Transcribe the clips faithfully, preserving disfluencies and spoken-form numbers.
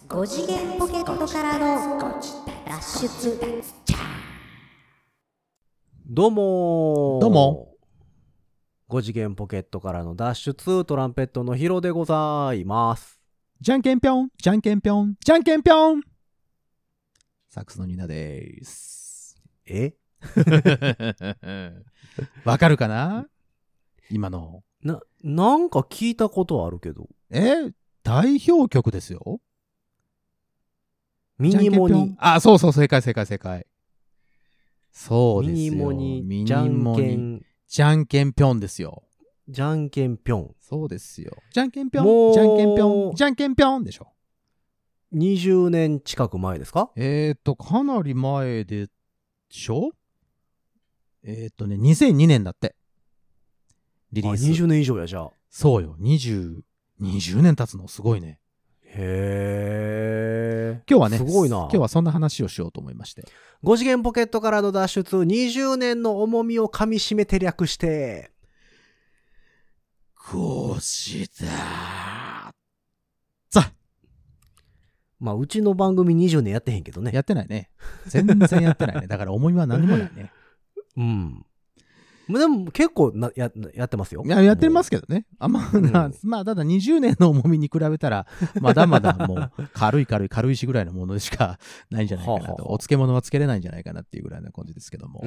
ご次元ポケットからの脱出。 どうもーどうもご次元ポケットからの脱出、トランペットのヒロでございます。 じゃんけんぴょん、じゃんけんぴょん、じゃんけんぴょん。サックスのニナでーす。 えわかるかな今の。 な、なんか聞いたことあるけど。 え代表曲ですよ。 ミニモニ。 じゃんけんぴょんあ、そうそう、正解正解正解。そうですよ。 ミニモニ、 ミニじゃんモニけん、 じゃんけんぴょんですよ。 じゃんけんぴょん。 そうですよ。じゃんけんぴょもうん、じゃんけんぴょん、じゃんけんぴょんでしょ。 にじゅうねん近く前ですか？ えーと、かなり前でしょえーとね、にせんにねんだって。リリース。 あ、にじゅうねん以上や、じゃあ。 そうよ。にじゅう、にじゅうねん経つのすごいね。 へー。 今日はね、 すごいな。 今日はそんな話をしようと思いまして。 ご次元ポケットからの脱出、にじゅうねんの重みを噛み締めて略して、 こうしたさまあ、うちの番組にじゅうねんやってへんけどね。 やってないね。全然やってないね。だから重みは何もないね。 うん。でも結構な や, やってますよ。 いや、やってますけどね。あんま、 うん、 まあ、ただにじゅうねんの重みに比べたら、まだまだもう、軽い軽い軽石ぐらいのものでしかないんじゃないかなと。はあはあ、お漬物はつけれないんじゃないかなっていうぐらいな感じですけども。うん、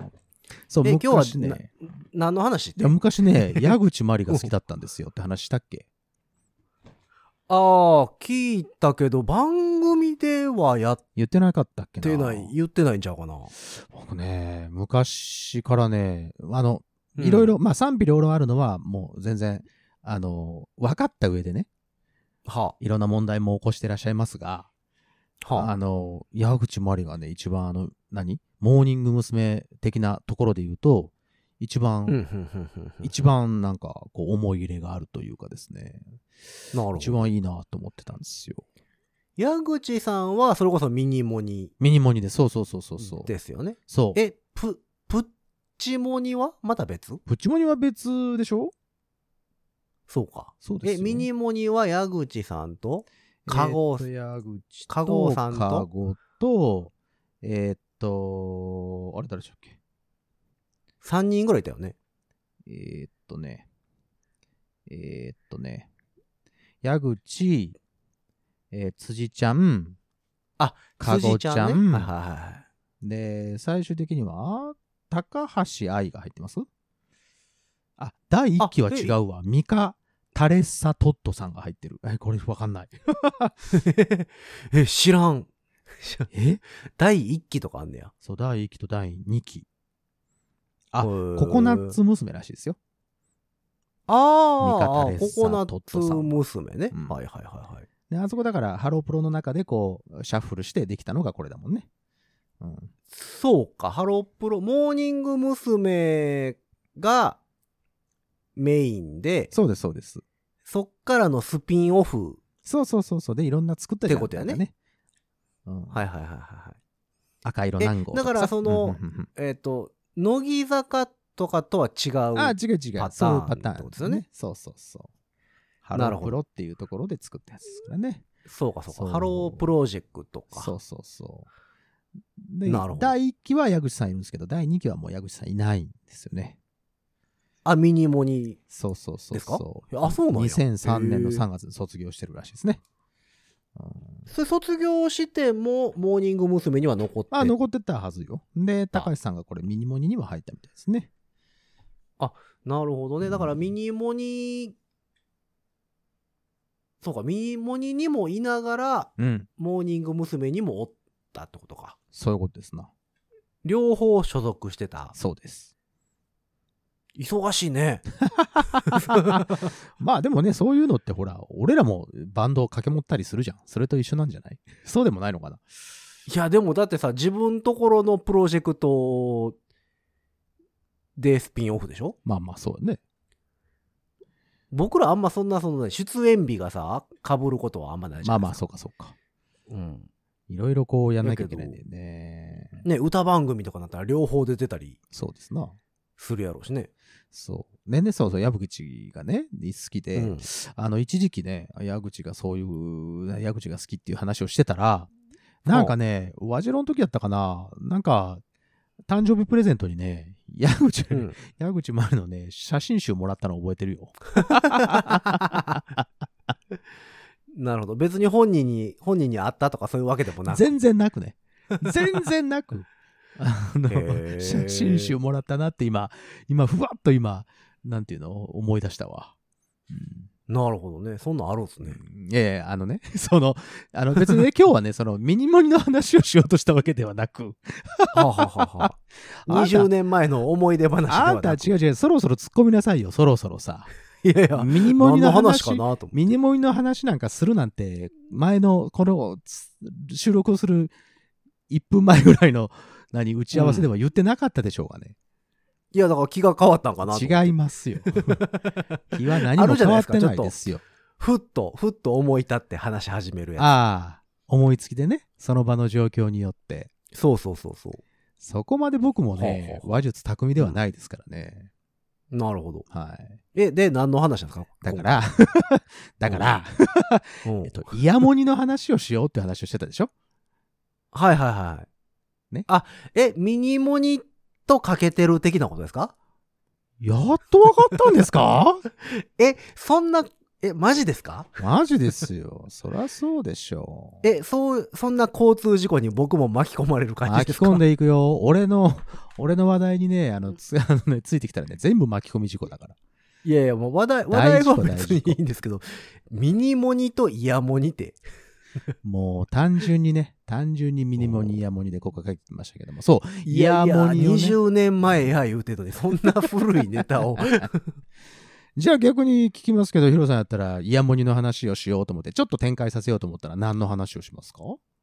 そう、昔ね。今日は何の話って？ いや昔ね、矢口真理が好きだったんですよって話したっけ？ ああ、聞いたけど、番組ではやって言ってなかったっけな。 言ってない、言ってないんちゃうかな。 僕ね、昔からね、あの、いろいろ、まあ賛否両論あるのは、もう全然、あの、分かった上でね、 はあ、 いろんな問題も起こしてらっしゃいますが、はあ、あの、矢口真理がね、一番あの、何モーニング娘。的なところで言うと、一番、一番なんか、こう、思い入れがあるというかですね。 なるほど。 一番いいなと思ってたんですよ。 矢口さんは、それこそミニモニ。 ミニモニで、そうそうそうそうそう。 ですよね。 そう。 え、プ、プッチモニはまた別？ プッチモニは別でしょ？ そうか。 そうですよ。 え、ミニモニは矢口さんと、かご、 えー、矢口と、 かごさんと、 かごと、えー、っと、あれ誰でしたっけ？ さんにんぐらいいたよね。 えー、っとね、えー、っとね、矢口、えー、辻ちゃん、 あ、 かごちゃん、 ね、はいはいはい。 で、最終的には、高橋愛が入ってます？あ、だいいっきは違うわ。ミカ・タレッサ・トットさんが入ってる。え、これわかんない。 え、知らん。 えだいいっきとかあんねや。 そう、だいいっきとだいにき。あ、ココナッツ娘らしいですよ。 ああ、 ミカタレッサココナッツ娘ね、うん。はいはいはいはい。 で、あそこだからハロープロの中でこうシャッフルしてできたのがこれだもんね。 うん、そうか、ハロープロ、モーニング娘。がメインで、 そうですそうです。 そっからのスピンオフ。 そうそうそうそうでいろんな作ったじゃんってことやね。 ね、うん。 はいはいはいはい。 赤色南郷とかだからその、えっと、乃木坂とかとは違う。 あ、違う違う。 パターン。 そういうパターン、 ってことですよね。 そうそうそう。ハロープロっていうところで作ったやつですからね。 そうかそうか。ハロープロジェクトか。 そうそうそう。で、だいいっきは矢口さんいるんですけど、だいにきはもう矢口さんいないんですよね。 あ、ミニモニそうそうそうそう。あ、そうなんや。 にせんさんねんのさんがつに卒業してるらしいですね。 うん、それ卒業してもモーニング娘。には残ってあ、残ってたはずよ。で、高橋さんがこれミニモニにも入ったみたいですね。 あ、なるほどね。だからミニモニ、そうか、ミニモニにもいながら、 うん、 モーニング娘。にもおったってことか。 そういうことですな。 両方所属してた。 そうです。 忙しいね。 まあでもね、そういうのってほら、俺らもバンドを掛け持ったりするじゃん。それと一緒なんじゃない？そうでもないのかな。 いや、でもだってさ、自分ところのプロジェクトでスピンオフでしょ？ まあまあそうね。 僕らあんまそんなその、ね、出演日がさ、被ることはあんまないじゃないですか。 まあまあそうかそうか。 うん。 いろいろこうやんなきゃいけないんだよね。 ね、歌番組とかなったら両方出てたり。 そうですな。 するやろうしね。 そう。ねね、そうそう、矢口がね、好きで、うん、あの、一時期ね、矢口がそういう、矢口が好きっていう話をしてたら、なんかね、和白の時だったかな、なんか、誕生日プレゼントにね、矢口、うん、矢口丸のね、写真集もらったの覚えてるよ。 なるほど。別に本人に、本人に会ったとかそういうわけでもなく。 全然なくね。全然なく。あの、写真集もらったなって今、今、ふわっと今、なんていうの思い出したわ。 うん、なるほどね。そんなんあるんですね。 いやいや、あのね、その、あの別にね、今日はね、そのミニモニの話をしようとしたわけではなく。 はははは。にじゅうねんまえの思い出話ではなく。 あんた違う違う、そろそろ突っ込みなさいよ、そろそろさ。 いやいや、 ミニモニの 話, 話かなと思って。 ミニモニの話なんかするなんて、前のこの収録をするいっぷんまえぐらいの何打ち合わせでは言ってなかったでしょうがね。 うん、いや、だから気が変わったんかなと思って。 違いますよ。気は何も変わってないですよ。 ふっと、ふっと思い立って話し始めるやつ。 ああ、思いつきでね、その場の状況によって。 そうそうそうそう。 そこまで僕もね、話術巧みではないですからね。 うん、なるほど。 はい。 え、で、何の話なんですか？ だから、だから、えっと、イヤモニの話をしようって話をしてたでしょ？ はいはいはい。ね。あ、え、ミニモニとかけてる的なことですか？ やっとわかったんですか？ え、そんな、え、マジですか？ マジですよ。そりゃそうでしょう。え、そう、そんな交通事故に僕も巻き込まれる感じですか？ 巻き込んでいくよ。俺の、俺の話題にね、あの、つ、あのね、ついてきたらね、全部巻き込み事故だから。 いやいや、もう話題、話題は別にいいんですけど、ミニモニとイヤモニって。 もう単純にね、単純にミニモニ、イヤモニでここ書いてましたけども、そう、 イヤモニ、ね。にじゅうねんまえや言うてとね、そんな古いネタを。 じゃあ逆に聞きますけど、ヒロさんやったらイヤモニの話をしようと思って、ちょっと展開させようと思ったら何の話をしますか？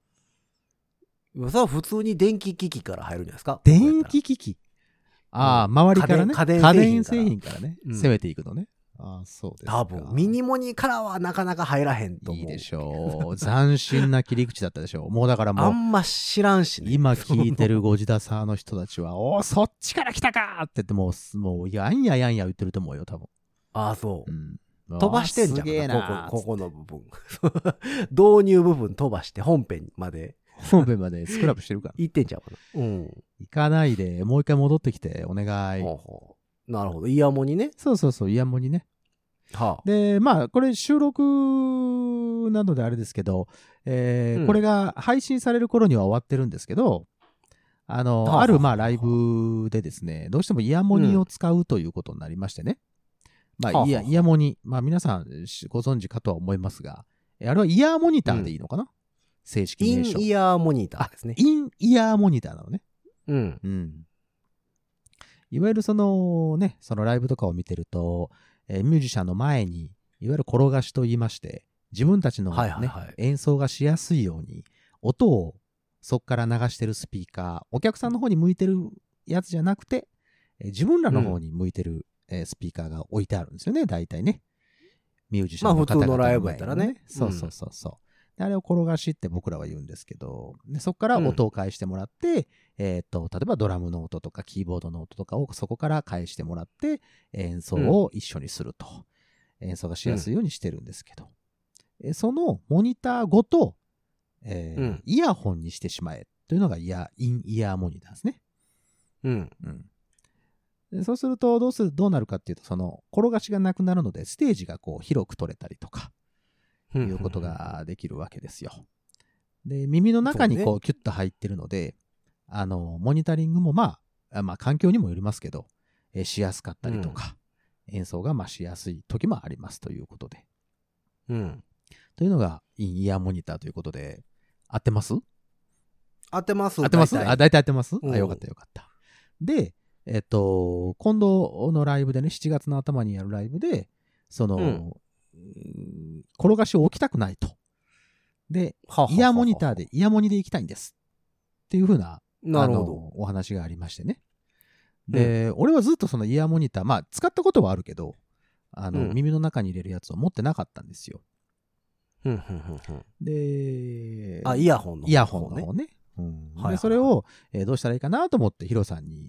さあ普通に電気機器から入るんじゃないですか？ 電気機器。ああ、うん、周りからね。 家電、 家電製品からね、うん、攻めていくのね。ああ、そうですか。 多分、ミニモニからはなかなか入らへんと思う。 いいでしょう。斬新な切り口だったでしょう。もうだからもう。 あんま知らんしね。 今聞いてるゴジダサーの人たちは、おー、そっちから来たかって言ってもう、もう、やんややんや言ってると思うよ、多分。 ああ、そう。 うん、 飛ばしてんじゃん。 すげえなここ、ここの部分。導入部分飛ばして本編まで。 本編までスクラップしてるから。 行ってんちゃうかな。うん。 行かないで、もう一回戻ってきて、お願い。 ほうほう。なるほど。イヤモニね。 そうそうそう、イヤモニね。 はあ、 で、まあ、これ収録なのであれですけど、えーうん、これが配信される頃には終わってるんですけど、あの、はあ、ある、まあ、ライブでですね、どうしてもイヤモニを使うということになりましてね。うん、まあ、イヤ、イヤモニ、まあ、皆さんご存知かとは思いますが、あれはイヤーモニターでいいのかな、うん、正式名称。 インイヤーモニターですね。 インイヤーモニターなのね。 うん。 うん。いわゆるそのね、そのライブとかを見てると、えー、ミュージシャンの前に、いわゆる転がしと言いまして、自分たちの、ねはいはいはい、演奏がしやすいように、音をそこから流してるスピーカー、お客さんの方に向いてるやつじゃなくて、えー、自分らの方に向いてる、うんえー、スピーカーが置いてあるんですよね、大体ね。ミュージシャンの方々の前に、ね。まあ普通のライブやったらね。そうそうそうそう。うん、あれを転がしって僕らは言うんですけど、でそこから音を返してもらって、うん、えー、と、例えばドラムの音とかキーボードの音とかをそこから返してもらって、演奏を一緒にすると。うん、演奏がしやすいようにしてるんですけど、うん、そのモニターごと、えーうん、イヤホンにしてしまえというのがイヤインイヤーモニターですね。 うん。 うんでそうするとどうするどうなるかっていうと、その転がしがなくなるのでステージがこう広く取れたりとかいうことができるわけですよ。で耳の中にこうキュッと入ってるので、あのモニタリングもまあまあ環境にもよりますけど、えー、しやすかったりとか、うん、演奏がまあしやすい時もありますということで、 うん、 というのがインイヤーモニターということで、合ってます？ 合ってます。 合ってます？ 大体あ、大体合ってます？ うん、 あ、よかったよかった。で。えっと、今度のライブでね、しちがつの頭にやるライブで、その、うん、転がしを置きたくないと。で、ははははイヤーモニターで、イヤモニで行きたいんです。っていう風な、 なるほど。 お話がありましてね。で、うん、俺はずっとそのイヤーモニター、まあ、使ったことはあるけど、あの、うん、耳の中に入れるやつを持ってなかったんですよ。 うんうんうんうん、 で、 あ、イヤホンの方ね。 イヤホンの方ね。うん、はいはいはい、で、それを、えー、どうしたらいいかなと思ってヒロさんに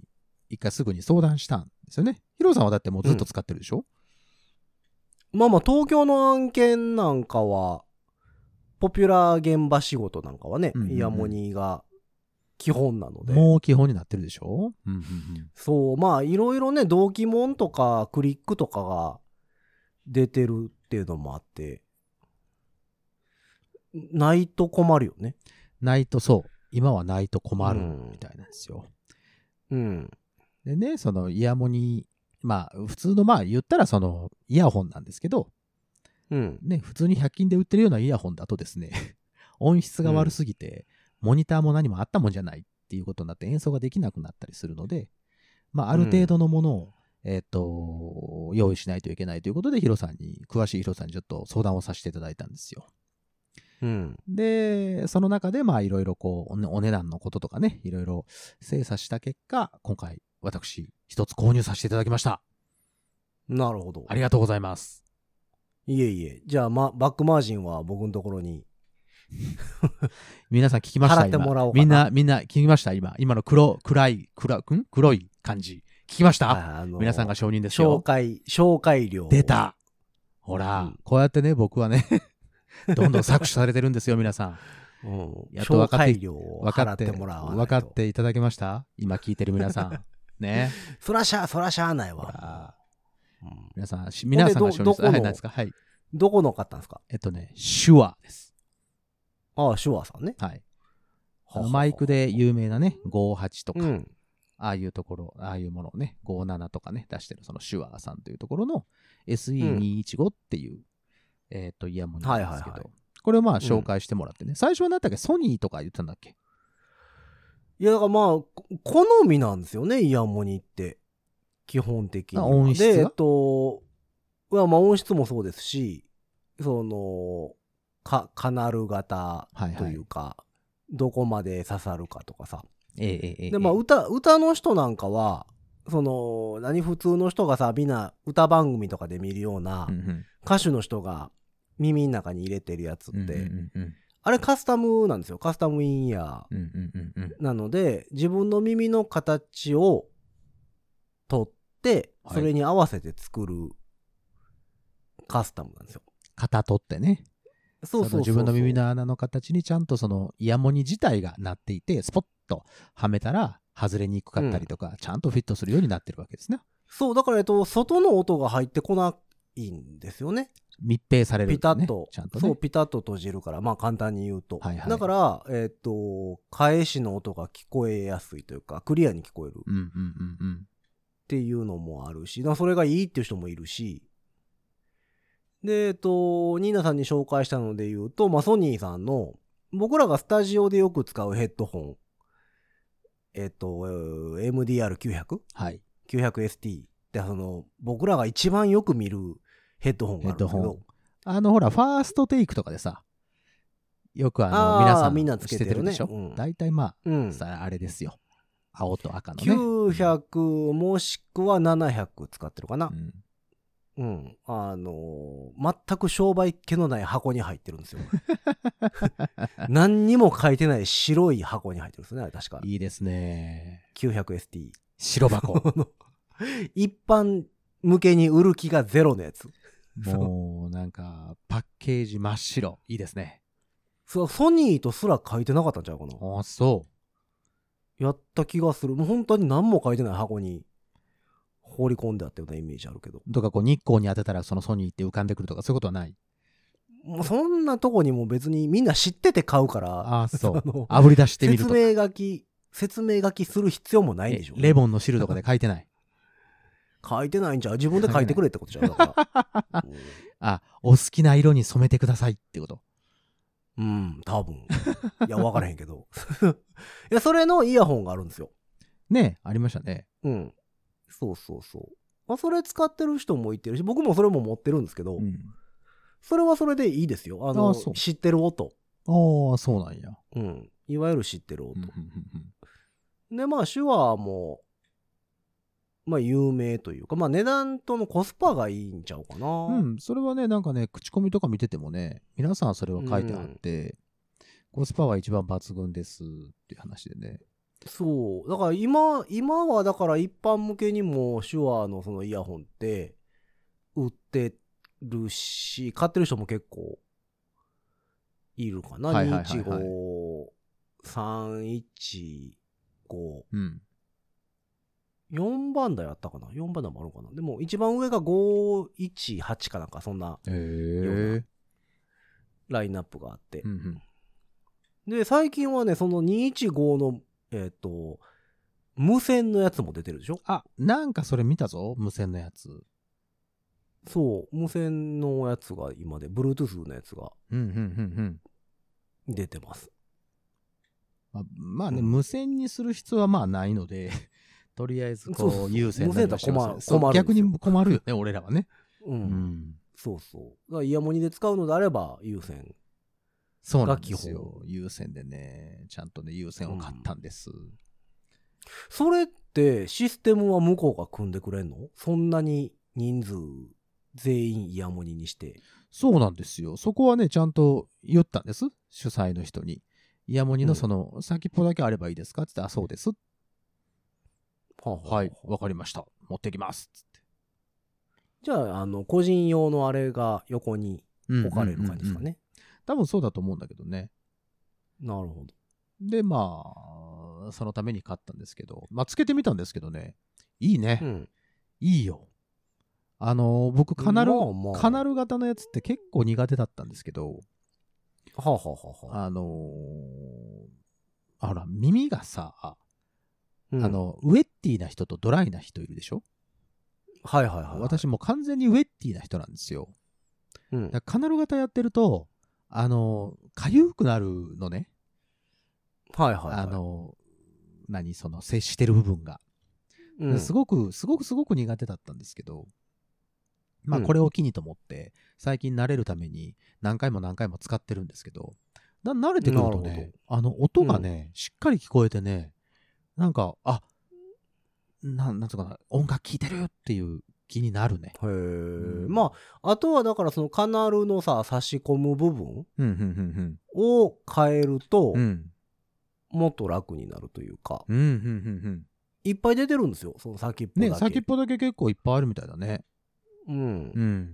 一回すぐに相談したんですよね。ヒロさんはだってもうずっと使ってるでしょ、 うん、まあまあ東京の案件なんかは、ポピュラー現場仕事なんかはね、うんうんうん、イヤモニが基本なので。 もう基本になってるでしょ、うんうんうん、 そう、まあいろいろね、同期もんとかクリックとかが出てるっていうのもあって、ないと困るよね。 ないとそう。今はないと困るみたいなんですよ。 うん。 でね、そのイヤモニ、まあ普通のまあ言ったらそのイヤホンなんですけど、 うん。 ね、普通にひゃく均で売ってるようなイヤホンだとですね、音質が悪すぎて、うん、モニターも何もあったもんじゃないっていうことになって演奏ができなくなったりするので、まあある程度のものを、うん、えっと、用意しないといけないということで、ヒロさんに、詳しいヒロさんにちょっと相談をさせていただいたんですよ。 うん、 で、その中で、まあ、いろいろこう、お値段のこととかね、いろいろ精査した結果、今回、私、一つ購入させていただきました。 なるほど。 ありがとうございます。 いえいえ。じゃあ、ま、バックマージンは僕のところに。 皆さん聞きました？ 払ってもらおうかな。 みんな、みんな聞きました？今。今の黒、暗い、暗、ん黒い感じ。聞きました？あのー、皆さんが承認ですよ。 紹介、紹介料。 出た。ほら、うん、こうやってね、僕はね、どんどん搾取されてるんですよ、皆さん。 うん、やっと分かって、分かってもらわないと。 分かっていただけました？今聞いてる皆さん。ね。 そらしゃ、そらしゃあないわ。 うん、皆さん、皆さんが承認する。はい、何ですか？はい。 どこの買ったんですか？ えっとね、シュアです。 ああ、シュアさんね。 はい。ははマイクで有名なね、ごじゅうはちとか、うん、ああいうところ、ああいうものをね、ごじゅうななとかね、出してるそのシュアさんというところの エスイーにひゃくじゅうご っていう、うん、えっと、イヤモニなんですけど、はいはいはい、これをまあ紹介してもらってね、うん、最初は何だっけ、ソニーとか言ってたんだっけ？ いや、だからまあ、好みなんですよね、イヤモニって。基本的には。 音質で、えっと、まあ音質もそうですし、その、か、カナル型というか、はいはい、どこまで刺さるかとかさ。 ええええ。 で、まあ歌、歌の人なんかは、その、何普通の人がさ、みんな歌番組とかで見るような、歌手の人が耳の中に入れてるやつって、うんうんうんうん、あれカスタムなんですよ。カスタムインイヤー。うんうんうんうん、なので、自分の耳の形を取って、それに合わせて作るカスタムなんですよ。 型取ってね。 そうそうそうそう。 自分の耳の穴の形にちゃんとそのイヤモニ自体がなっていて、スポッとはめたら外れにくかったりとか、うん、ちゃんとフィットするようになってるわけですね。 そう、だから、えっと、外の音が入ってこないんですよね。 密閉される、ね。 ピタッと。 ちゃんとね。 そう、ピタッと閉じるから、まあ簡単に言うと。 はいはい、 だから、えっと、返しの音が聞こえやすいというか、クリアに聞こえる。 うんうんうんうん。 っていうのもあるし、それがいいっていう人もいるし、で、えっと、ニーナさんに紹介したので言うと、まあ、ソニーさんの、僕らがスタジオでよく使うヘッドホン、えっと、エムディーアールきゅうひゃく？ はい。 きゅうひゃくエスティー って、その、僕らが一番よく見るヘッドホンがあるんですけど、 あの、ほら、ファーストテイクとかでさ、よくあの、皆さんみんなつけてるでしょ。 うん、大体まあ、うん、あれですよ。青と赤のね。 きゅうひゃくもしくはななひゃく使ってるかな。うんうん。あのー、全く商売気のない箱に入ってるんですよ。何にも書いてない白い箱に入ってるんですね、あれ確か。 いいですね。 きゅうひゃくエスティー。 白箱。 一般向けに売る気がゼロのやつ。 もう、なんか、パッケージ真っ白。いいですね。 そう、ソニーとすら書いてなかったんちゃうかな。 ああ、そう。 やった気がする。もう本当に何も書いてない箱に。放り込んであったようなイメージあるけど。 とかこう日光に当てたらそのソニーって浮かんでくるとかそういうことはない？ もうそんなとこにも別にみんな知ってて買うから。 ああ、そう。炙り出してみるとか。 説明書き、説明書きする必要もないでしょ、 ね。レモンの汁とかで書いてない。 書いてないんじゃん。自分で書いてくれってことじゃん。だから、 うん、あ、お好きな色に染めてくださいってこと。 うん、多分。いや、分からへんけど。いや、それのイヤホンがあるんですよ。 ねえ、ありましたね。 うん。そうそうそう。まあ、それ使ってる人もいてるし、僕もそれも持ってるんですけど、うん、それはそれでいいですよ。あの、あ知ってる音。 ああ、そうなんや。 うん。いわゆる知ってる音。うんうんうんうん、で、まあ、手話も、まあ、有名というか、まあ、値段とのコスパがいいんちゃうかな。 うん、それはね、なんかね、口コミとか見ててもね、皆さんそれは書いてあって、うん、コスパは一番抜群ですっていう話でね。 そう。だから今、今はだから一般向けにも手話のそのイヤホンって売ってるし、買ってる人も結構いるかな。 はいはいはいはいにいちご、さんいちご、 うん。 よんばん台あったかな ?よん 番台もあるかな。でも一番上がごいちはちかなんかそんなへようえな。ラインナップがあって。 うんうん。 で、最近はね、そのにいちごの、えっと、無線のやつも出てるでしょ。 あ、なんかそれ見たぞ、無線のやつ。 そう、無線のやつが今で、Bluetooth のやつがうんうんうんうん。 出てます。 まあ、まあね、 うん無線にする必要はまあないので、とりあえずこう、 そうそう有線無線だったら困るそう困るん逆ですよに困るよね、俺らはね。 う。 うんん。 そうそう。だからイヤモニで使うのであれば、有線。 そうなんですがよ。有線でね、ちゃんとね、有線を買ったんです。 それってシステムは向こうが組んでくれんの？そんなに人数全員イヤモニにして。 そうなんですよ。そこはね、ちゃんと言ったんです。主催の人に。イヤモニのその、うん、先っぽだけあればいいですかって言って、あ、そうです。 はあはあ、 はい、わかりました。持ってきます。つって。 じゃあ、あの、個人用のあれが横に置かれる感じですかね。うんうんうんうん、 多分そうだと思うんだけどね。 なるほど。 で、まあ、そのために買ったんですけど、まあ、つけてみたんですけどね。いいね。うん、いいよ。あのー、僕カナル、まあまあ、カナル型のやつって結構苦手だったんですけど、 はあ、はあはあ、 あのー、あほら、耳がさ、うん、あの、ウェッティな人とドライな人いるでしょ？ はいはいはい、はい。 私もう完全にウェッティな人なんですよ。うん、だからカナル型やってると、あのー、かゆくなるのね。 はいはい、はい。 あのー、何その、接してる部分が。うん、すごく、すごくすごく苦手だったんですけど、まあこれを機にと思って、最近慣れるために何回も何回も使ってるんですけど、だ慣れてくるとね、あの音がね、うん、しっかり聞こえてね、なんか、あ、ななんつうかな、音楽聴いてるっていう気になるね。 へえ、うん。まあ、あとはだからそのカナルのさ、差し込む部分を変えると、うん、もっと楽になるというか、 うんうんうんうん、 いっぱい出てるんですよ、その先っぽだけ。 ね、先っぽだけ結構いっぱいあるみたいだね。 うん。うん、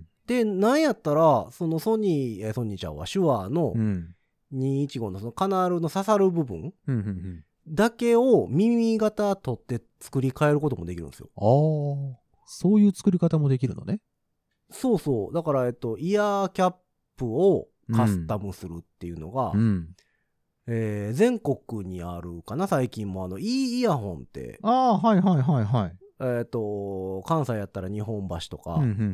で、なんやったら、そのソニー、ソニーちゃんは手話のにいちごのそのカナルの刺さる部分だけを耳型取って作り変えることもできるんですよ。 ああ、そういう作り方もできるのね。 そうそう。だから、えっと、イヤーキャップをカスタムするっていうのが、うん、えー、全国にあるかな、最近もあの、いいイヤホンって。 ああ、はいはいはいはい。 えっと、関西やったら日本橋とか、 うんうんうんうん、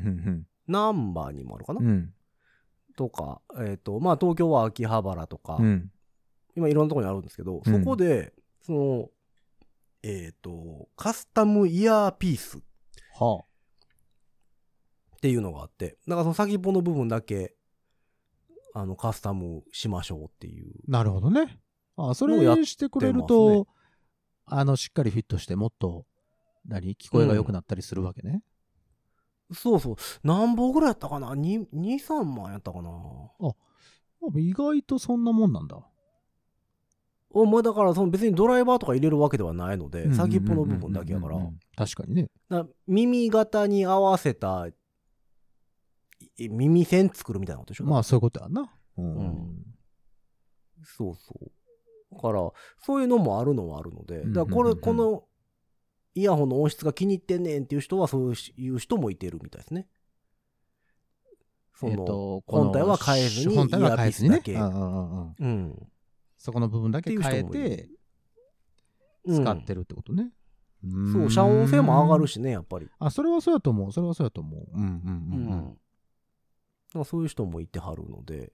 難波にもあるかな、 うん、 とか、えっと、まあ、東京は秋葉原とか、 うん、 今いろんなところにあるんですけど、うん、そこで、その、えっと、カスタムイヤーピースっていうのがあって、だからその先っぽの部分だけ、あの、カスタムしましょうっていう。 なるほどね。ああ、それをしてくれると、ね、あの、しっかりフィットしてもっと、何聞こえが良くなったりするわけね。 うん、そうそう。何本ぐらいやったかな ?に、に、さんまんやったかな。 あ、意外とそんなもんなんだ。 お前だからその別にドライバーとか入れるわけではないので、先っぽの部分だけやから。 確かにね。 だ耳型に合わせた耳栓作るみたいなことでしょ。 まあそういうことやな。 うん。うん、そうそう。だから、そういうのもあるのはあるので、だからこれ、このイヤホンの音質が気に入ってんねんっていう人はそういう人もいてるみたいですね。その、えー、と本体は変えずにイヤーピースだけ。 ね、うんうん。そこの部分だけ変えて使ってるってことね。 うん、そう、遮音性も上がるしね、やっぱり。 あ、それはそうやと思う。それはそうやと思う。うんうんうんうん。 うんそういう人もいてはるので。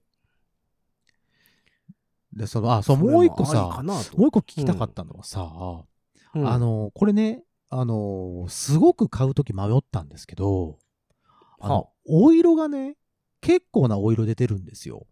で、その、あ、そう、もう一個さ、もう一個聞きたかったのはさ、うん、あの、これね、あの、すごく買うとき迷ったんですけど、あの、はあ、お色がね、結構なお色出てるんですよ。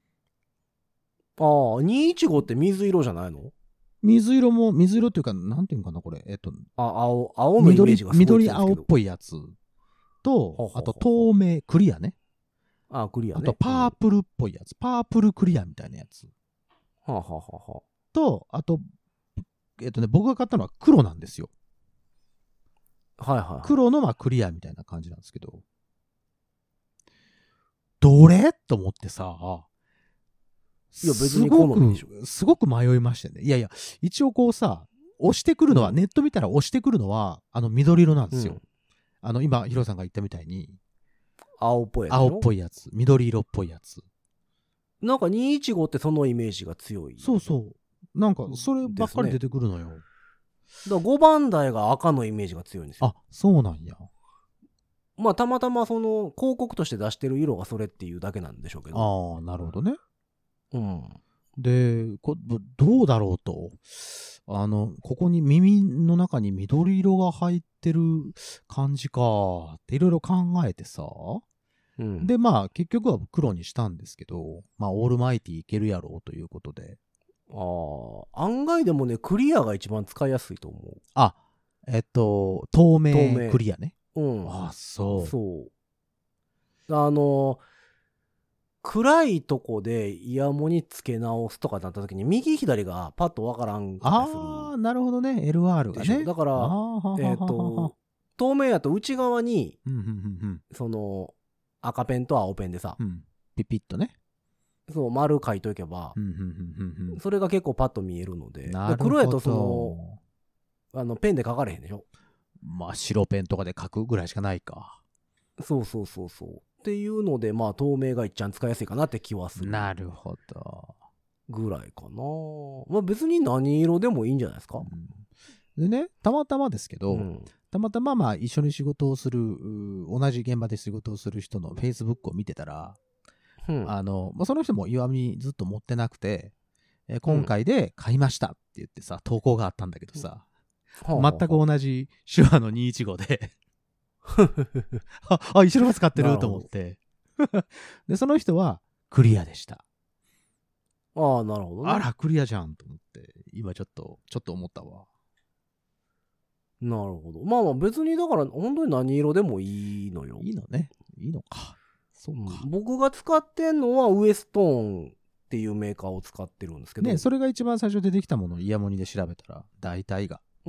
ああ、にいちごって水色じゃないの？ 水色も、水色っていうか、なんていうかな、これ。えっと、 あ、青、青のイメージがすごい緑、緑青っぽいやつと、ほうほうほう、あと透明、クリアね。 あ、クリアね。 あとパープルっぽいやつ。パープルクリアみたいなやつ。 はあ、はあははあ、 と、あと、 えっとね、僕が買ったのは黒なんですよ。 はいはい。 黒のまあクリアみたいな感じなんですけど、どれと思ってさ、 いや別に好みでしょ。 すごく迷いましたね。いやいや、一応こうさ、押してくるのは、うん、ネット見たら押してくるのは、あの緑色なんですよ。うん、あの今、ヒロさんが言ったみたいに、 青っぽいやつ。 青っぽいやつ。緑色っぽいやつ。 なんかにひゃくじゅうごってそのイメージが強い。 そうそう。なんかそればっかり出てくるのよ。ね、 だからごばん台が赤のイメージが強いんですよ。 あ、そうなんや。 まあたまたまその広告として出してる色がそれっていうだけなんでしょうけど。 ああ、なるほどね。 うん。 で、こどうだろうと。あの、ここに耳の中に緑色が入ってる感じかっていろいろ考えてさ。うん、で、まあ結局は黒にしたんですけど、まあオールマイティいけるやろうということで。 ああ、案外でもね、クリアが一番使いやすいと思う。 あ、えっと、透明クリアね。 うん。 あ、そう。 そう。あの、暗いとこでイヤモニつけ直すとかなった時に、右左がパッとわからんかったりする。 ああ、なるほどね。エルアール がね。 だから、えっと、透明やと内側に、うんうんうんうん、その、赤ペンと青ペンでさ、うん、 ピピッとね。 そう、丸書いといけば、うんうんうんうん、それが結構パッと見えるので、黒やとその、あの、ペンで書かれへんでしょ。 まあ、白ペンとかで書くぐらいしかないか。 そうそうそうそう。っていうので、まあ、透明が一番使いやすいかなって気はする。 なるほど。 ぐらいかな。まあ、別に何色でもいいんじゃないですか。 うん、でね、たまたまですけど、うん、たまたままあ一緒に仕事をする、同じ現場で仕事をする人の Facebook を見てたら、うん、あの、まあ、その人も岩見ずっと持ってなくて、え今回で買いましたって言ってさ、投稿があったんだけどさ、うん、全く同じ手話のにひゃくじゅうごであ、あ、一緒の使ってると思って。で、その人はクリアでした。 ああ、なるほどね。 あら、クリアじゃんと思って、今ちょっと、ちょっと思ったわ。 なるほど。まあまあ別にだから本当に何色でもいいのよ。 いいのね。いいのか。そうか。 うん、僕が使ってんのはウエストーンっていうメーカーを使ってるんですけど。 ね、それが一番最初出てきたものをイヤモニで調べたら、大体が。 うん。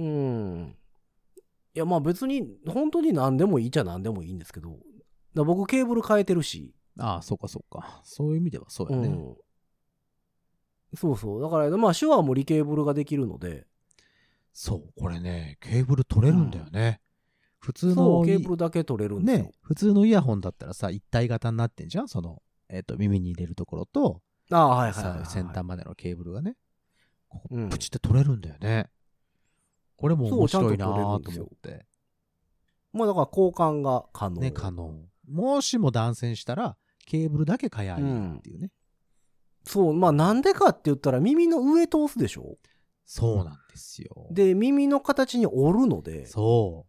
いやまあ別に本当に何でもいいっちゃ何でもいいんですけど、だ僕ケーブル変えてるし。 ああ、そうかそうか。そういう意味ではそうやね。うん、 そうそう。だからまあ手話もリケーブルができるので。 そう、これね、ケーブル取れるんだよね。うん、普通の。 そう、ケーブルだけ取れるんですよ。 ね、普通のイヤホンだったらさ、一体型になってんじゃん、その、えっと、耳に入れるところと、 ああ、はいはいはい、はい。 先端までのケーブルがね、ここプチって取れるんだよね。うん、これも面白いなぁと思って。 まあだから交換が可能。 ね、可能。もしも断線したら、ケーブルだけ買えばいいっていうね、うん。 そう、まあなんでかって言ったら耳の上通すでしょ。 そうなんですよ。 で、耳の形に折るので、 そう。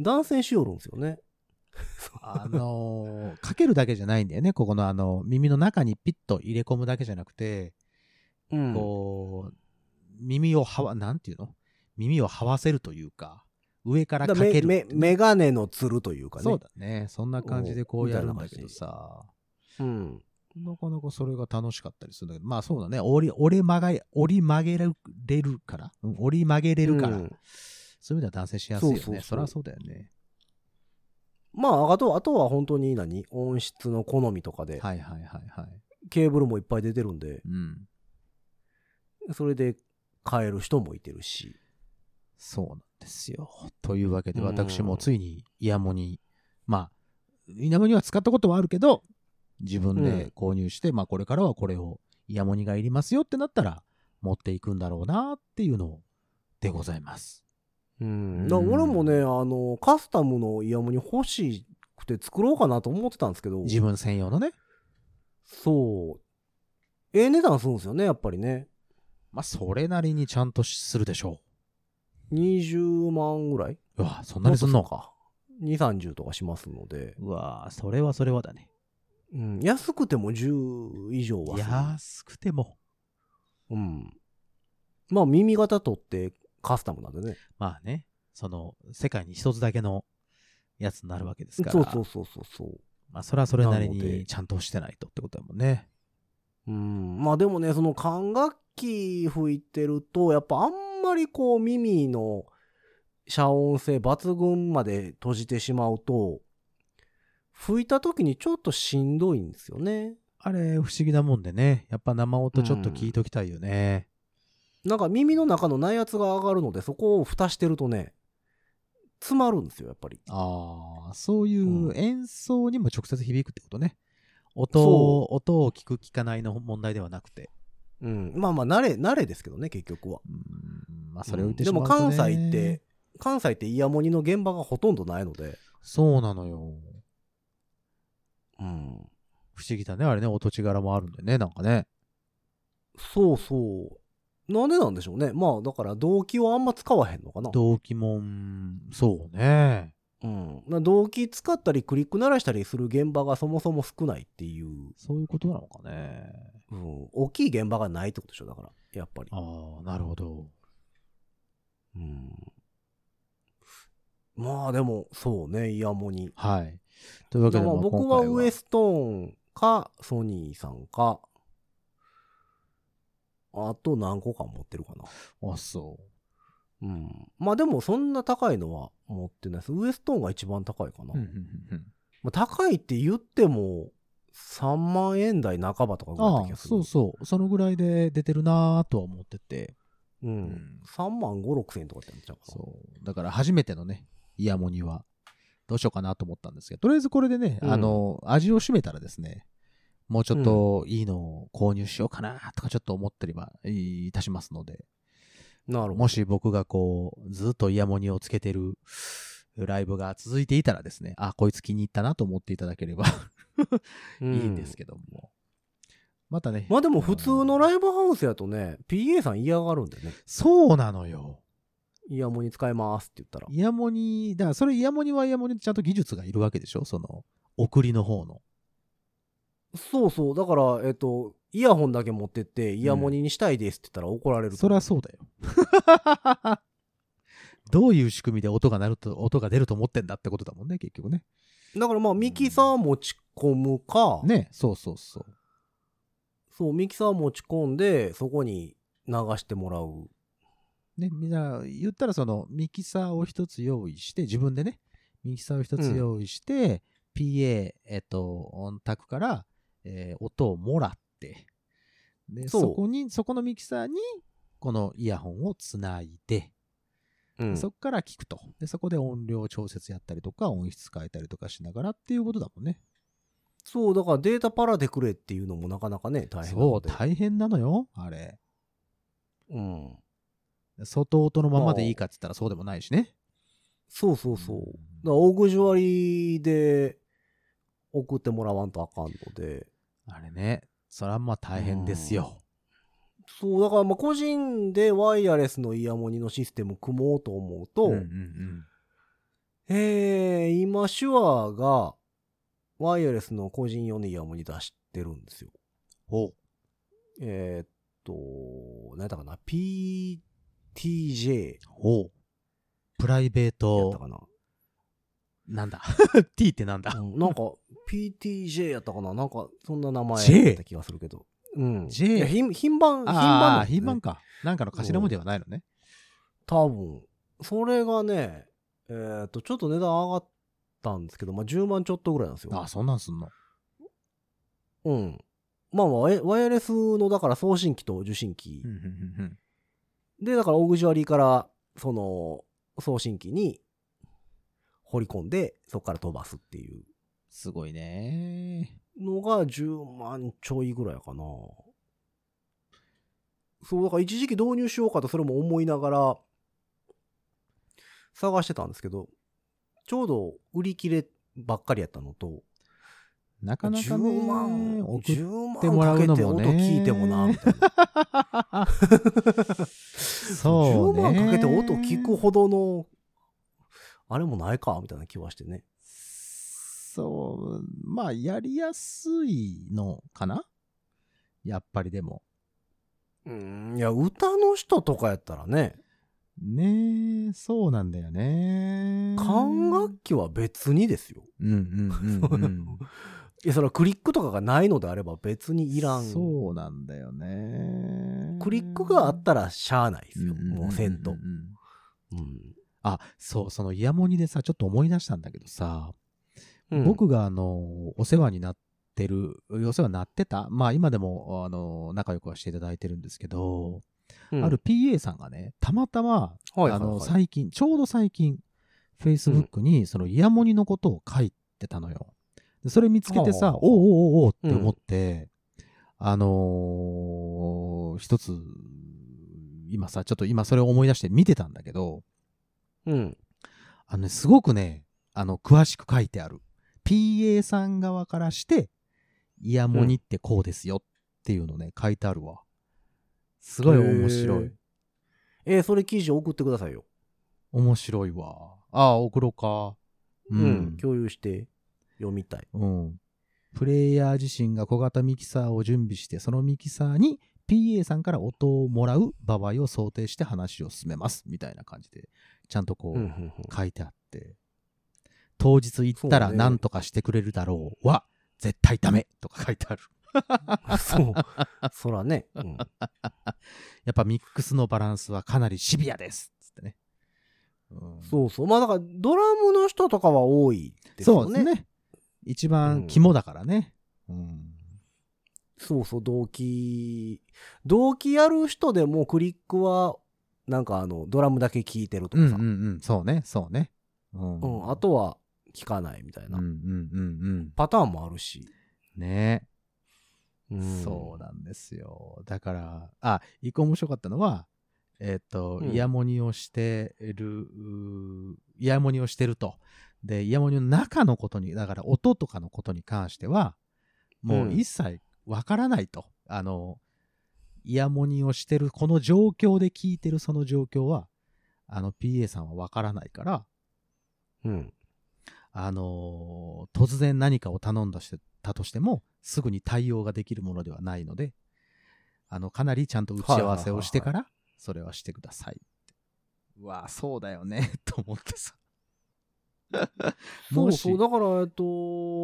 断線しよるんですよね。 あのー、かけるだけじゃないんだよね。ここのあの、耳の中にピッと入れ込むだけじゃなくて、うん、こう、耳をはわ、なんていうの？耳をはわせるというか、上からかける、 ね。メ、メガネのつるというかね。 そうだね。そんな感じでこうやるんだけどさ。うん。なかなかそれが楽しかったりするんだけど、まあそうだね。折り、折り曲が、折り曲げれるから、うん、折り曲げれるから、うん、そういう意味では断線しやすいよね。そうそうそう。そりゃそうだよね。 まあ、あと、あとは本当に何音質の好みとかで。 はいはいはいはい。 ケーブルもいっぱい出てるんで。うん。それで買える人もいてるし。 そうなんですよ。というわけで、私もついにイヤモニ、まあ、イヤモニは使ったことはあるけど、自分で購入して、うん、まあこれからはこれをイヤモニがいりますよってなったら持っていくんだろうなっていうのでございます。 うん。だから俺もね、あの、カスタムのイヤモニ欲しくて作ろうかなと思ってたんですけど。 自分専用のね。 そう。ええ値段するんですよね、やっぱりね。 まあそれなりにちゃんとするでしょう。にじゅうまんぐらい？ うわ、そんなにすんのか。にじゅう、さんじゅうとかしますので。 うわ、それはそれはだね。 うん、安くてもじゅう以上はする。 安くても。 うん。まあ耳型取ってカスタムなんでね。 まあね。その、世界に一つだけのやつになるわけですから。 そうそうそうそうそう。 まあそれはそれなりにちゃんとしてないとってことだもんね。 うん。まあでもね、その管楽器吹いてると、やっぱあんんまりこう耳の遮音性抜群まで閉じてしまうと、吹いた時にちょっとしんどいんですよね。 あれ、不思議なもんでね。やっぱ生音ちょっと聞いときたいよね。 うん、なんか耳の中の内圧が上がるので、そこを蓋してるとね、詰まるんですよ、やっぱり。 ああ、そういう演奏にも直接響くってことね。音を、音を聞く聞かないの問題ではなくて。 うん。まあまあ、慣れ、慣れですけどね、結局は。 うん。まあ、それを言ってしまうとね。でも関西って、関西ってイヤモニの現場がほとんどないので。 そうなのよ。 うん。 不思議だね、あれね、音地柄もあるんでね、なんかね。 そうそう。なんでなんでしょうね。まあ、だから動機をあんま使わへんのかな。 動機も、そうね。 うん。動機使ったりクリック鳴らしたりする現場がそもそも少ないっていう。 そういうことなのかね。 うん。大きい現場がないってことでしょ、だから。やっぱり。 ああ、なるほど。 うん。まあでも、そうね、イヤモニ。 はい。というわけで、 まあ僕はウエストーンか、ソニーさんか、あと何個か持ってるかな。 あ、そう。 うん。まあでもそんな高いのは持ってないです。ウエストーンが一番高いかな。 うんうんうんまあ、高いって言っても、さんまんえん台半ばとかぐらいだった気がする。 ああ、そうそう。そのぐらいで出てるなぁとは思ってて。 うん。うん、さんまんご、ろくせんとかってやっちゃうかな。 そう。だから初めてのね、イヤモニは、どうしようかなと思ったんですけど、とりあえずこれでね、うん、あの、味を占めたらですね、もうちょっといいのを購入しようかなとかちょっと思ったりはいたしますので、 なるほど。 もし僕がこう、ずっとイヤモニをつけてるライブが続いていたらですね、あ、こいつ気に入ったなと思っていただければいいんですけども。うん、またね。 まあでも普通のライブハウスやとね、ピーエー さん嫌がるんだよね。 そうなのよ。 イヤモニ使えますって言ったら。 イヤモニ、だからそれイヤモニはイヤモニでちゃんと技術がいるわけでしょ、その、送りの方の。 そうそう。だから、えっと、イヤホンだけ持ってって、イヤモニにしたいですって言ったら怒られる、うん。 そりゃそうだよ。どういう仕組みで音が鳴ると、音が出ると思ってんだってことだもんね、結局ね。 だからまあ、ミキサー持ち込むか。 ね、そうそうそう。 そう、ミキサー持ち込んで、そこに流してもらう。 ね、みんな、言ったらその、ミキサーを一つ用意して、自分でね、ミキサーを一つ用意して、うん、ピーエー、えっと、音卓から、えー、音をもらって、で、そこに、そこのミキサーに、このイヤホンをつないで、うん、そこから聞くと。で、そこで音量調節やったりとか、音質変えたりとかしながらっていうことだもんね。 そう、だからデータパラでくれっていうのもなかなかね、大変なので。 そう、大変なのよ、あれ。 うん。 外音のままでいいかって言ったらそうでもないしね。 そうそうそう。だからオーグジュアリーで送ってもらわんとあかんので。 あれね、それはまあ大変ですよ。 そう、だからまあ個人でワイヤレスのイヤモニのシステム組もうと思うと、うんうんうん、えー、今手話がワイヤレスの個人用のイヤモニ出してるんですよ。 ほう。 えー、っと、何だかな、ピーティージェー。 ほう。プライベート。 やったかな。 なんだT ってなんだ、 うん、なんか ピーティージェー やったかな、なんかそんな名前だった気がするけど。うん。 J？ いや、品、品番、品番、ね。 ああ、品番か。なんかの頭文字ではないのね。 多分。それがね、えー、っと、ちょっと値段上がったんですけど、まあ、じゅうまんちょっとぐらいなんですよ。 ああ、そんなんすんの。 うん。まあまあ、ワイヤレスの、だから送信機と受信機。で、だからオーグジュアリーから、その、送信機に掘り込んで、そこから飛ばすっていう。 すごいね。 のがじゅうまんちょいぐらいかな。そう、だから一時期導入しようかとそれも思いながら探してたんですけど、ちょうど売り切ればっかりやったのと、 なかなかね、 じゅうまん、 送ってもらうのもね、 音聞いてもな、みたいな。 そうね。 じゅうまんかけて音聞くほどの、あれもないか、みたいな気はしてね。 そう、まあ、やりやすいのかなやっぱりでも。 うん、いや、歌の人とかやったらね。 ねえ、そうなんだよね。 管楽器は別にですよ。 うんうんうん、うん。 いや、それはクリックとかがないのであれば別にいらん。 そうなんだよね。 クリックがあったらしゃあないですよ。もうせんと。うん。 あ、そう、そのイヤモニでさ、ちょっと思い出したんだけどさ、うん、僕があの、お世話になってる、お世話になってた、まあ今でも、あの、仲良くはしていただいてるんですけど、うん、ある ピーエー さんがね、たまたま、はいはいはい、あの、最近、ちょうど最近、Facebook にそのイヤモニのことを書いてたのよ。でそれ見つけてさ、おおおおって思って、うん、あのー、一つ、今さ、ちょっと今それを思い出して見てたんだけど、うん。あのね、すごくね、あの、詳しく書いてある。ピーエー さん側からして、イヤモニってこうですよっていうのね、書いてあるわ。すごい面白い。 えー、それ記事送ってくださいよ。 面白いわ。ああ、送ろうか。 うん、うん、共有して読みたい。 うん。プレイヤー自身が小型ミキサーを準備して、そのミキサーに ピーエー さんから音をもらう場合を想定して話を進めます。みたいな感じで、ちゃんとこう、うんうんうん、書いてあって。当日行ったら何とかしてくれるだろうは、絶対ダメとか書いてある。 そう。そらね、うん。 やっぱミックスのバランスはかなりシビアです。つってね。 うん、そうそう。まあだからドラムの人とかは多いですよね。 そうですね。一番肝だからね。うんうん、 そうそう、同期。同期やる人でもクリックは、なんかあの、ドラムだけ聴いてるとかさ。 うんうんうん。そうね、そうね。 うん。うん、あとは聴かないみたいな。うんうんうんうん。パターンもあるし。 ね。うん、そうなんですよ。だから、あ、一個面白かったのは、えっと、うん、イヤモニをしてる、イヤモニをしてると。で、イヤモニの中のことに、だから音とかのことに関しては、もう一切わからないと。うん、あの、イヤモニをしてる、この状況で聞いてるその状況は、あの ピーエー さんはわからないから、うん。あのー、突然何かを頼んだしたとしても、すぐに対応ができるものではないので、あの、かなりちゃんと打ち合わせをしてから、それはしてください。うわぁ、そうだよね、と思ってさ。 そうそう、だから、えっと、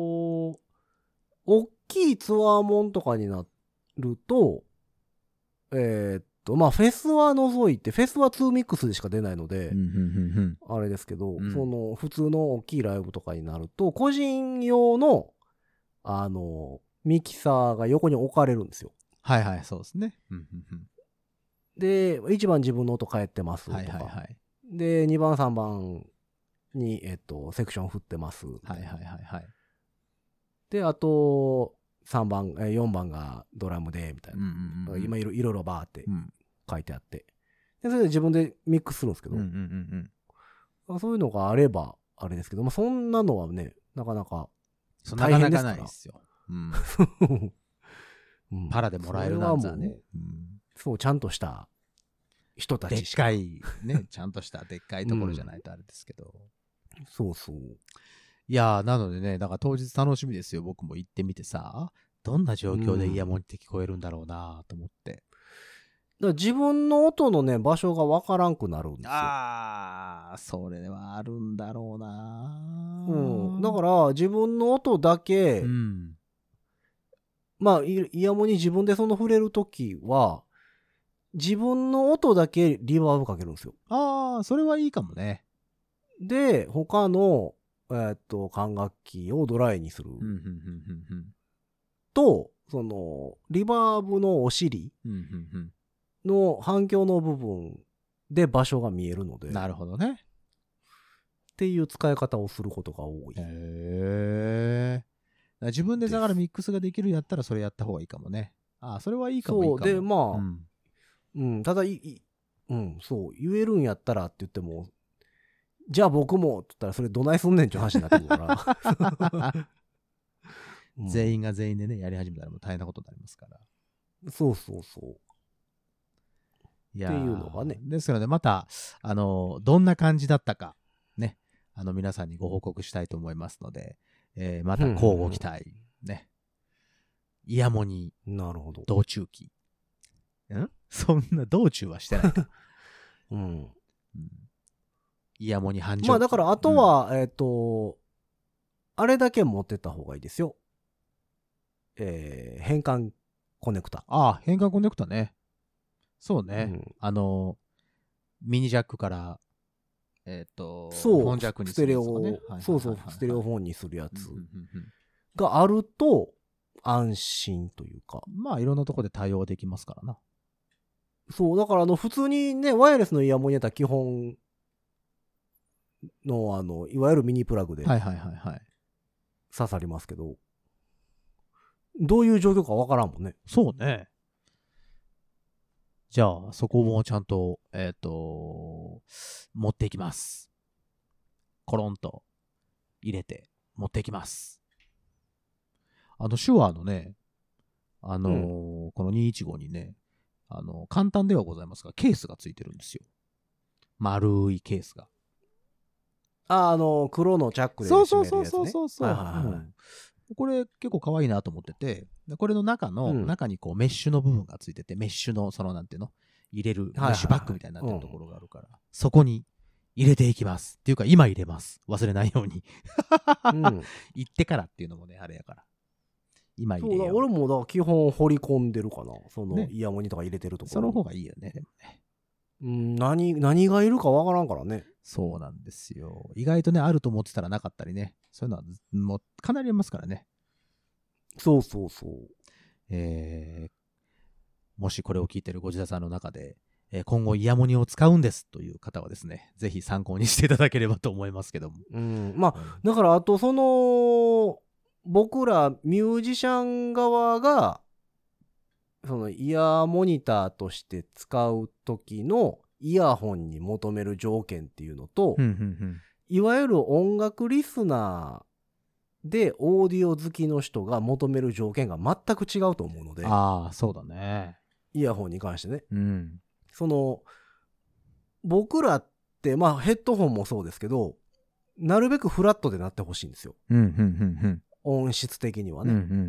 大きいツアーもんとかになると、えー、っと、まあ、フェスは除いて、フェスはツーミックスでしか出ないので、あれですけど、うん、その、普通の大きいライブとかになると、個人用の、あの、ミキサーが横に置かれるんですよ。 はいはい、そうですね。 で、いちばん自分の音返ってますとか。はいはいはい、で、にばん、さんばんに、えっと、セクション振ってます。はいはいはいはい。で、あと、さんばん、よんばんがドラムで、みたいな。うんうんうん、今いろいろバーって書いてあって。で、それで自分でミックスするんですけど、うんうんうんうん、そういうのがあれば、あれですけど、まあ、そんなのはね、なかなか大変ですから。なかなかないですよ。 うんうん、パラでもらえるなんざね、 うん。そう、ちゃんとした人たちしか。でっかい、ね、ちゃんとしたでっかいところじゃないとあれですけど。 うん、そうそう。 いやー、なのでね、だから当日楽しみですよ。僕も行ってみてさ、どんな状況でイヤモニって聞こえるんだろうなと思って。 だから自分の音のね、場所がわからんくなるんですよ。 あー、それはあるんだろうなうん。だから、自分の音だけ、うん、まあ、イヤモニ自分でその触れるときは、自分の音だけリバーブかけるんですよ。 あー、それはいいかもね。 で、他の、えー、っと、管楽器をドライにする。と、その、リバーブのお尻の反響の部分で場所が見えるので。 なるほどね。 っていう使い方をすることが多い。 へー。自分でだからミックスができるんやったらそれやった方がいいかもね。ああ、それはいいかもいいかも。 そう、で、まあ、うん、うん、ただいい、うん、そう、言えるんやったらって言っても、じゃあ僕もって言ったらそれどないすんねんっていう話になってくるから。 うん、全員が全員でね、やり始めたらもう大変なことになりますから。 そうそうそう。 いやっていうのがね。 ですので、また、あの、どんな感じだったか、ね、あの、皆さんにご報告したいと思いますので、えー、また交互期待、ね。イヤモニ、 なるほど。 道中期。んそんな道中はしてないか。 うん。うんイヤモニ繁盛期。 まあだからあとは、うん、えっと、あれだけ持ってった方がいいですよ。 えー、変換コネクタ。 ああ、変換コネクタね。そうね。うん、あの、ミニジャックから、えっ、ー、と、 そう、 フォンジャックにするやつとかね。 そうそう、ステレオフォンにするやつがあると安心というか。 まあ、いろんなところで対応できますからな。 そう、だからあの、普通にね、ワイヤレスのイヤモニやったら基本の、あの、いわゆるミニプラグで刺さりますけど、どういう状況かわからんもんね。 そうね。じゃあ、そこもちゃんと、えっと、持っていきます。コロンと入れて持っていきます。あの、手話のね、あのーうん、このにひゃくじゅうごにね、あの、簡単ではございますが、ケースがついてるんですよ。丸いケースが。 あ、あの、黒のチャックで締めるやつね。 そうそうそうそうそう。はいはいはい、うん、これ結構可愛いなと思ってて、これの中の、うん、中にこうメッシュの部分がついてて、メッシュのそのなんていうの入れるメッシュバッグみたいになってるところがあるから、はいはいはい、そこに入れていきます。っていうか今入れます。忘れないように。うん、行ってからっていうのもね、あれやから。今入れよう。 そうだ、俺もだから基本掘り込んでるかな。その、ね、イヤモニとか入れてるところ。 その方がいいよね、でもね。 うん、何、何がいるかわからんからね。 そうなんですよ。意外とね、あると思ってたらなかったりね。そういうのはもうかなりありますからね。 そうそうそう。 えー、もしこれを聞いてるご自宅さんの中で、えー、今後イヤモニを使うんですという方はですね、ぜひ参考にしていただければと思いますけども。 うん、まあ、うん、だからあとその、僕らミュージシャン側が、そのイヤーモニターとして使う時のイヤホンに求める条件っていうのと、 うんうんうん、 いわゆる音楽リスナーでオーディオ好きの人が求める条件が全く違うと思うので。 ああ、そうだね。 イヤホンに関してね。 うん、 その僕らってまあヘッドホンもそうですけど、なるべくフラットでなってほしいんですよ。 うんうんうんうん、 音質的にはね。 うんうんうんうん、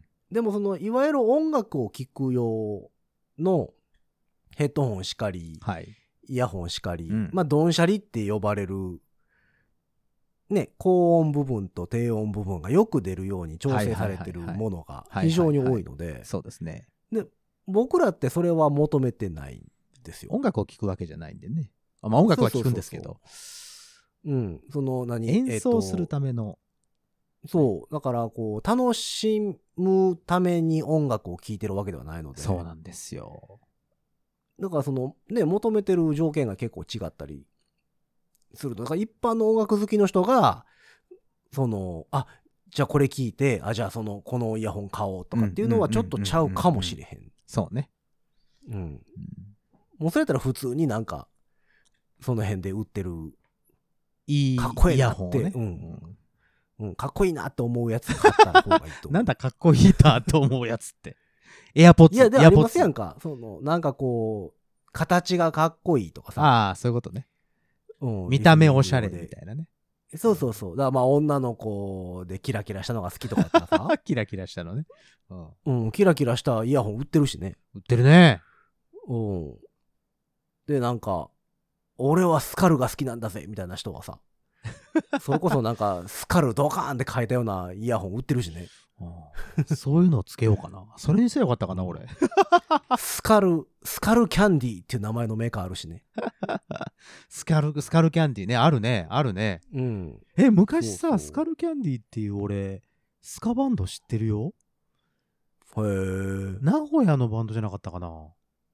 でもそのいわゆる音楽を聴く用のヘッドホンしかり、 はい、 イヤホンしかり、 うん、 まあドンシャリって呼ばれるね、高音部分と低音部分がよく出るように調整されてるものが非常に多いので、 そうですね。 で、僕らってそれは求めてないんですよ。 音楽を聴くわけじゃないんでね。あ、まあ音楽は聴くんですけど、 うん、その何演奏するための、 えー、そうだからこう楽しむために音楽を聴いてるわけではないので、 そうなんですよ。 だからそのね、求めてる条件が結構違ったりすると、だから一般の音楽好きの人がそのあじゃあこれ聞いて、あじゃあそのこのイヤホン買おうとかっていうのはちょっとちゃうかもしれへん。 そうね。 うん。もうそれやったら普通になんかその辺で売ってるいいかっこいいなって、ね、うんうん、かっこいいなって思うやつ買った方がいいと思う。 なんだかっこいいなと思うやつって。エアポッツ。 いやでもありますやんか。そのなんかこう形がかっこいいとかさ。 ああそういうことね。 うん、 見た目おしゃれみたいなね。 そうそうそう。だからまあ女の子でキラキラしたのが好きとかってさ。 キラキラしたのね。 うん、うん、キラキラしたイヤホン売ってるしね。 売ってるね。 うん。でなんか俺はスカルが好きなんだぜみたいな人はさ。それこそなんかスカルドカーンって変えたようなイヤホン売ってるしね。 ああそういうのをつけようかな。それにせよかったかな俺。 スカルスカルキャンディーっていう名前のメーカーあるしね。 スカルスカルキャンディーね、あるねあるね。 うん。 え昔さそうそうスカルキャンディーっていう俺スカバンド知ってるよ。 へえ。 名古屋のバンドじゃなかったかな。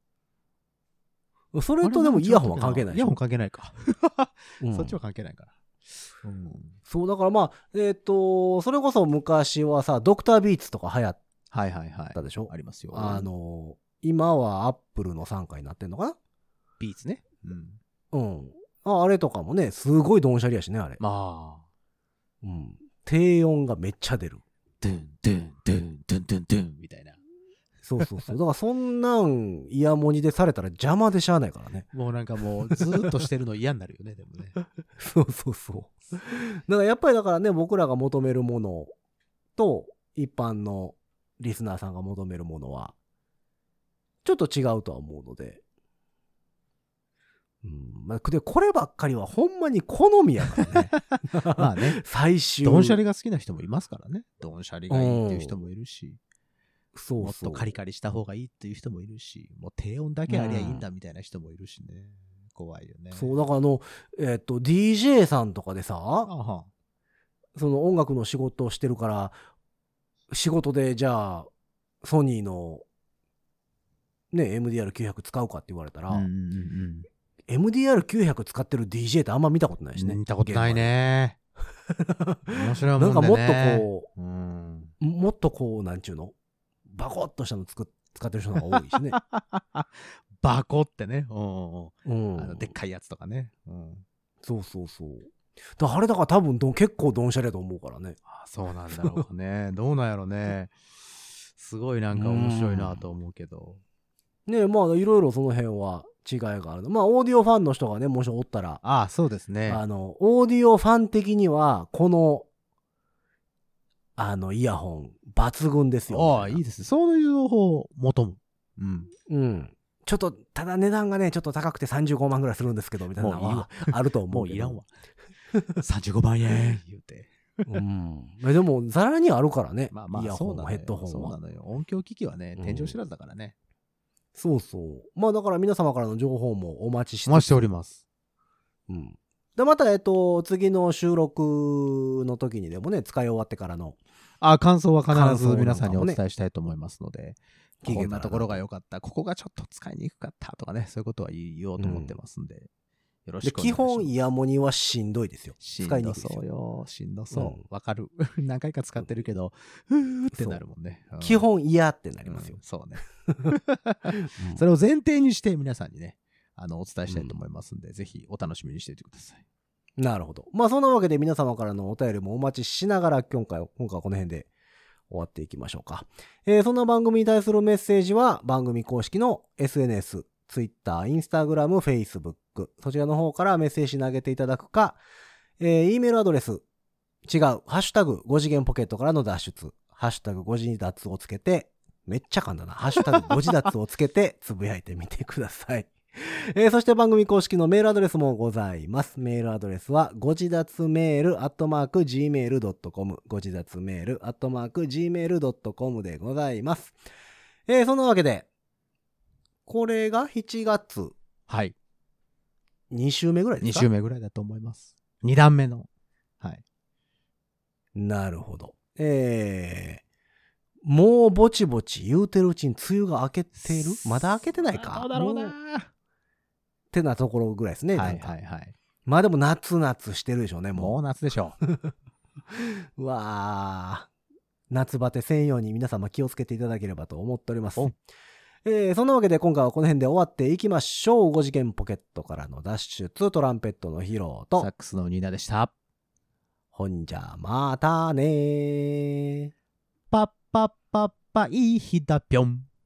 それとでもイヤホンは関係ないでしょ。 イヤホン関係ないか。 うん、 そっちは関係ないから。うん、 そうだからまあえっ、ー、とそれこそ昔はさドクタービーツとか流行ったでしょ。はいはいはい、 ありますよ。 あの今はアップルの傘下になってんのかな。 ビーツね。 うん。うん。ああれとかもねすごいドンシャリやしねあれ。 まあ。 うん。低音がめっちゃ出る。 ドゥンドゥンドゥンドゥンドゥンドゥンみたいな。 そうそうそう。だからそんなんイヤモニでされたら邪魔でしゃあないからね。 もうなんかもうずーっとしてるの嫌になるよね、でもね。 そうそうそう。だからやっぱりだからね、僕らが求めるものと一般のリスナーさんが求めるものはちょっと違うとは思うので。うん、まあ、でこればっかりはほんまに好みやからね。 まあね。 最終。 ドンシャリが好きな人もいますからね。ドンシャリがいいっていう人もいるし。 そうそうもっとカリカリした方がいいっていう人もいるし、もう低音だけありゃいいんだみたいな人もいるしね。うん、怖いよね。 そう、だからあの、えっと、ディージェー さんとかでさ、あはその音楽の仕事をしてるから、仕事でじゃあ、ソニーの、ね、エムディーアールきゅうひゃく 使うかって言われたら、うんうんうん、エムディーアールきゅうひゃく 使ってる ディージェー ってあんま見たことないしね。 見たことないね。面白いもんね。 なんかもっとこう、うん、もっとこう、なんちゅうのバコッとしたの作っ使ってる人の方が多いしね。 バコってね。うん、うん、あのでっかいやつとかね。うん、 そうそうそう。だあれだから多分ど結構ドンシャレだと思うからね。 あ、そうなんだろうね。どうなんやろね。すごいなんか面白いなと思うけど。 ねえ、まあいろいろその辺は違いがある。まあオーディオファンの人がね、もしおったら。 ああ、そうですね。 あの、オーディオファン的には、この、あの、イヤホン、抜群ですよ。 ああ、いいですね。そういう情報を求む。うん。 うん。ちょっと、ただ値段がね、ちょっと高くてさんじゅうごまんぐらいするんですけど、みたいなのはあると思う。 もういらんわ。さんじゅうごまんえん言うて。 うん。でも、ざらにあるからね。 まあまあ、 イヤホン、ヘッドホンは。 そうなのよ。音響機器はね、天井知らずだからね。 そうそう。まあだから皆様からの情報もお待ちして。 お待ちしております。 うん。で、また、えっと、次の収録の時にでもね、使い終わってからの。 あ、感想は必ず皆さんにお伝えしたいと思いますので、こんなところが良かった、ここがちょっと使いにくかったとかね、そういうことは言おうと思ってますんで、うん、よろしくお願いします。で、基本イヤモニはしんどいですよ。 しんどそうよ。しんどそう。わ、うん、かる。何回か使ってるけど、ふーってなるもんね。 基本嫌ってなりますよ。 うん、そうね。それを前提にして皆さんにね、あの、お伝えしたいと思いますんで、うん、ぜひお楽しみにしていてください。 なるほど。まあそんなわけで皆様からのお便りもお待ちしながら今回、今回はこの辺で終わっていきましょうか。えー、そんな番組に対するメッセージは番組公式の エスエヌエス、Twitter、Instagram、Facebook、そちらの方からメッセージ投げていただくか、えー、E メールアドレス、違う、ハッシュタグご次元ポケットからの脱出、ハッシュタグご次脱をつけて、めっちゃ簡単だな、ハッシュタグご次脱をつけてつぶやいてみてください。えー、そして番組公式のメールアドレスもございます。メールアドレスはご自立メールアットマーク ジーメールドットコム ご自立メールアットマーク ジーメールドットコム でございます。えー、そんなわけでこれがしちがつ、 はい、 に週目ぐらいですか？ に週目ぐらいだと思います。に段目の、はい、 なるほど。えーもうぼちぼち言うてるうちに梅雨が明けてる？まだ明けてないか。 どうだろうなってなところぐらいですね。 はいはいはい。 まあでも夏夏してるでしょうね。もう、 もう夏でしょう。うわー、夏バテせんように皆様気をつけていただければと思っております。えー、そんなわけで今回はこの辺で終わっていきましょう。ご次元ポケットからの脱出、トランペットの披露とサックスのニーナでした。 ほんじゃまたねー。 パッパッパッパいい日だぴょん。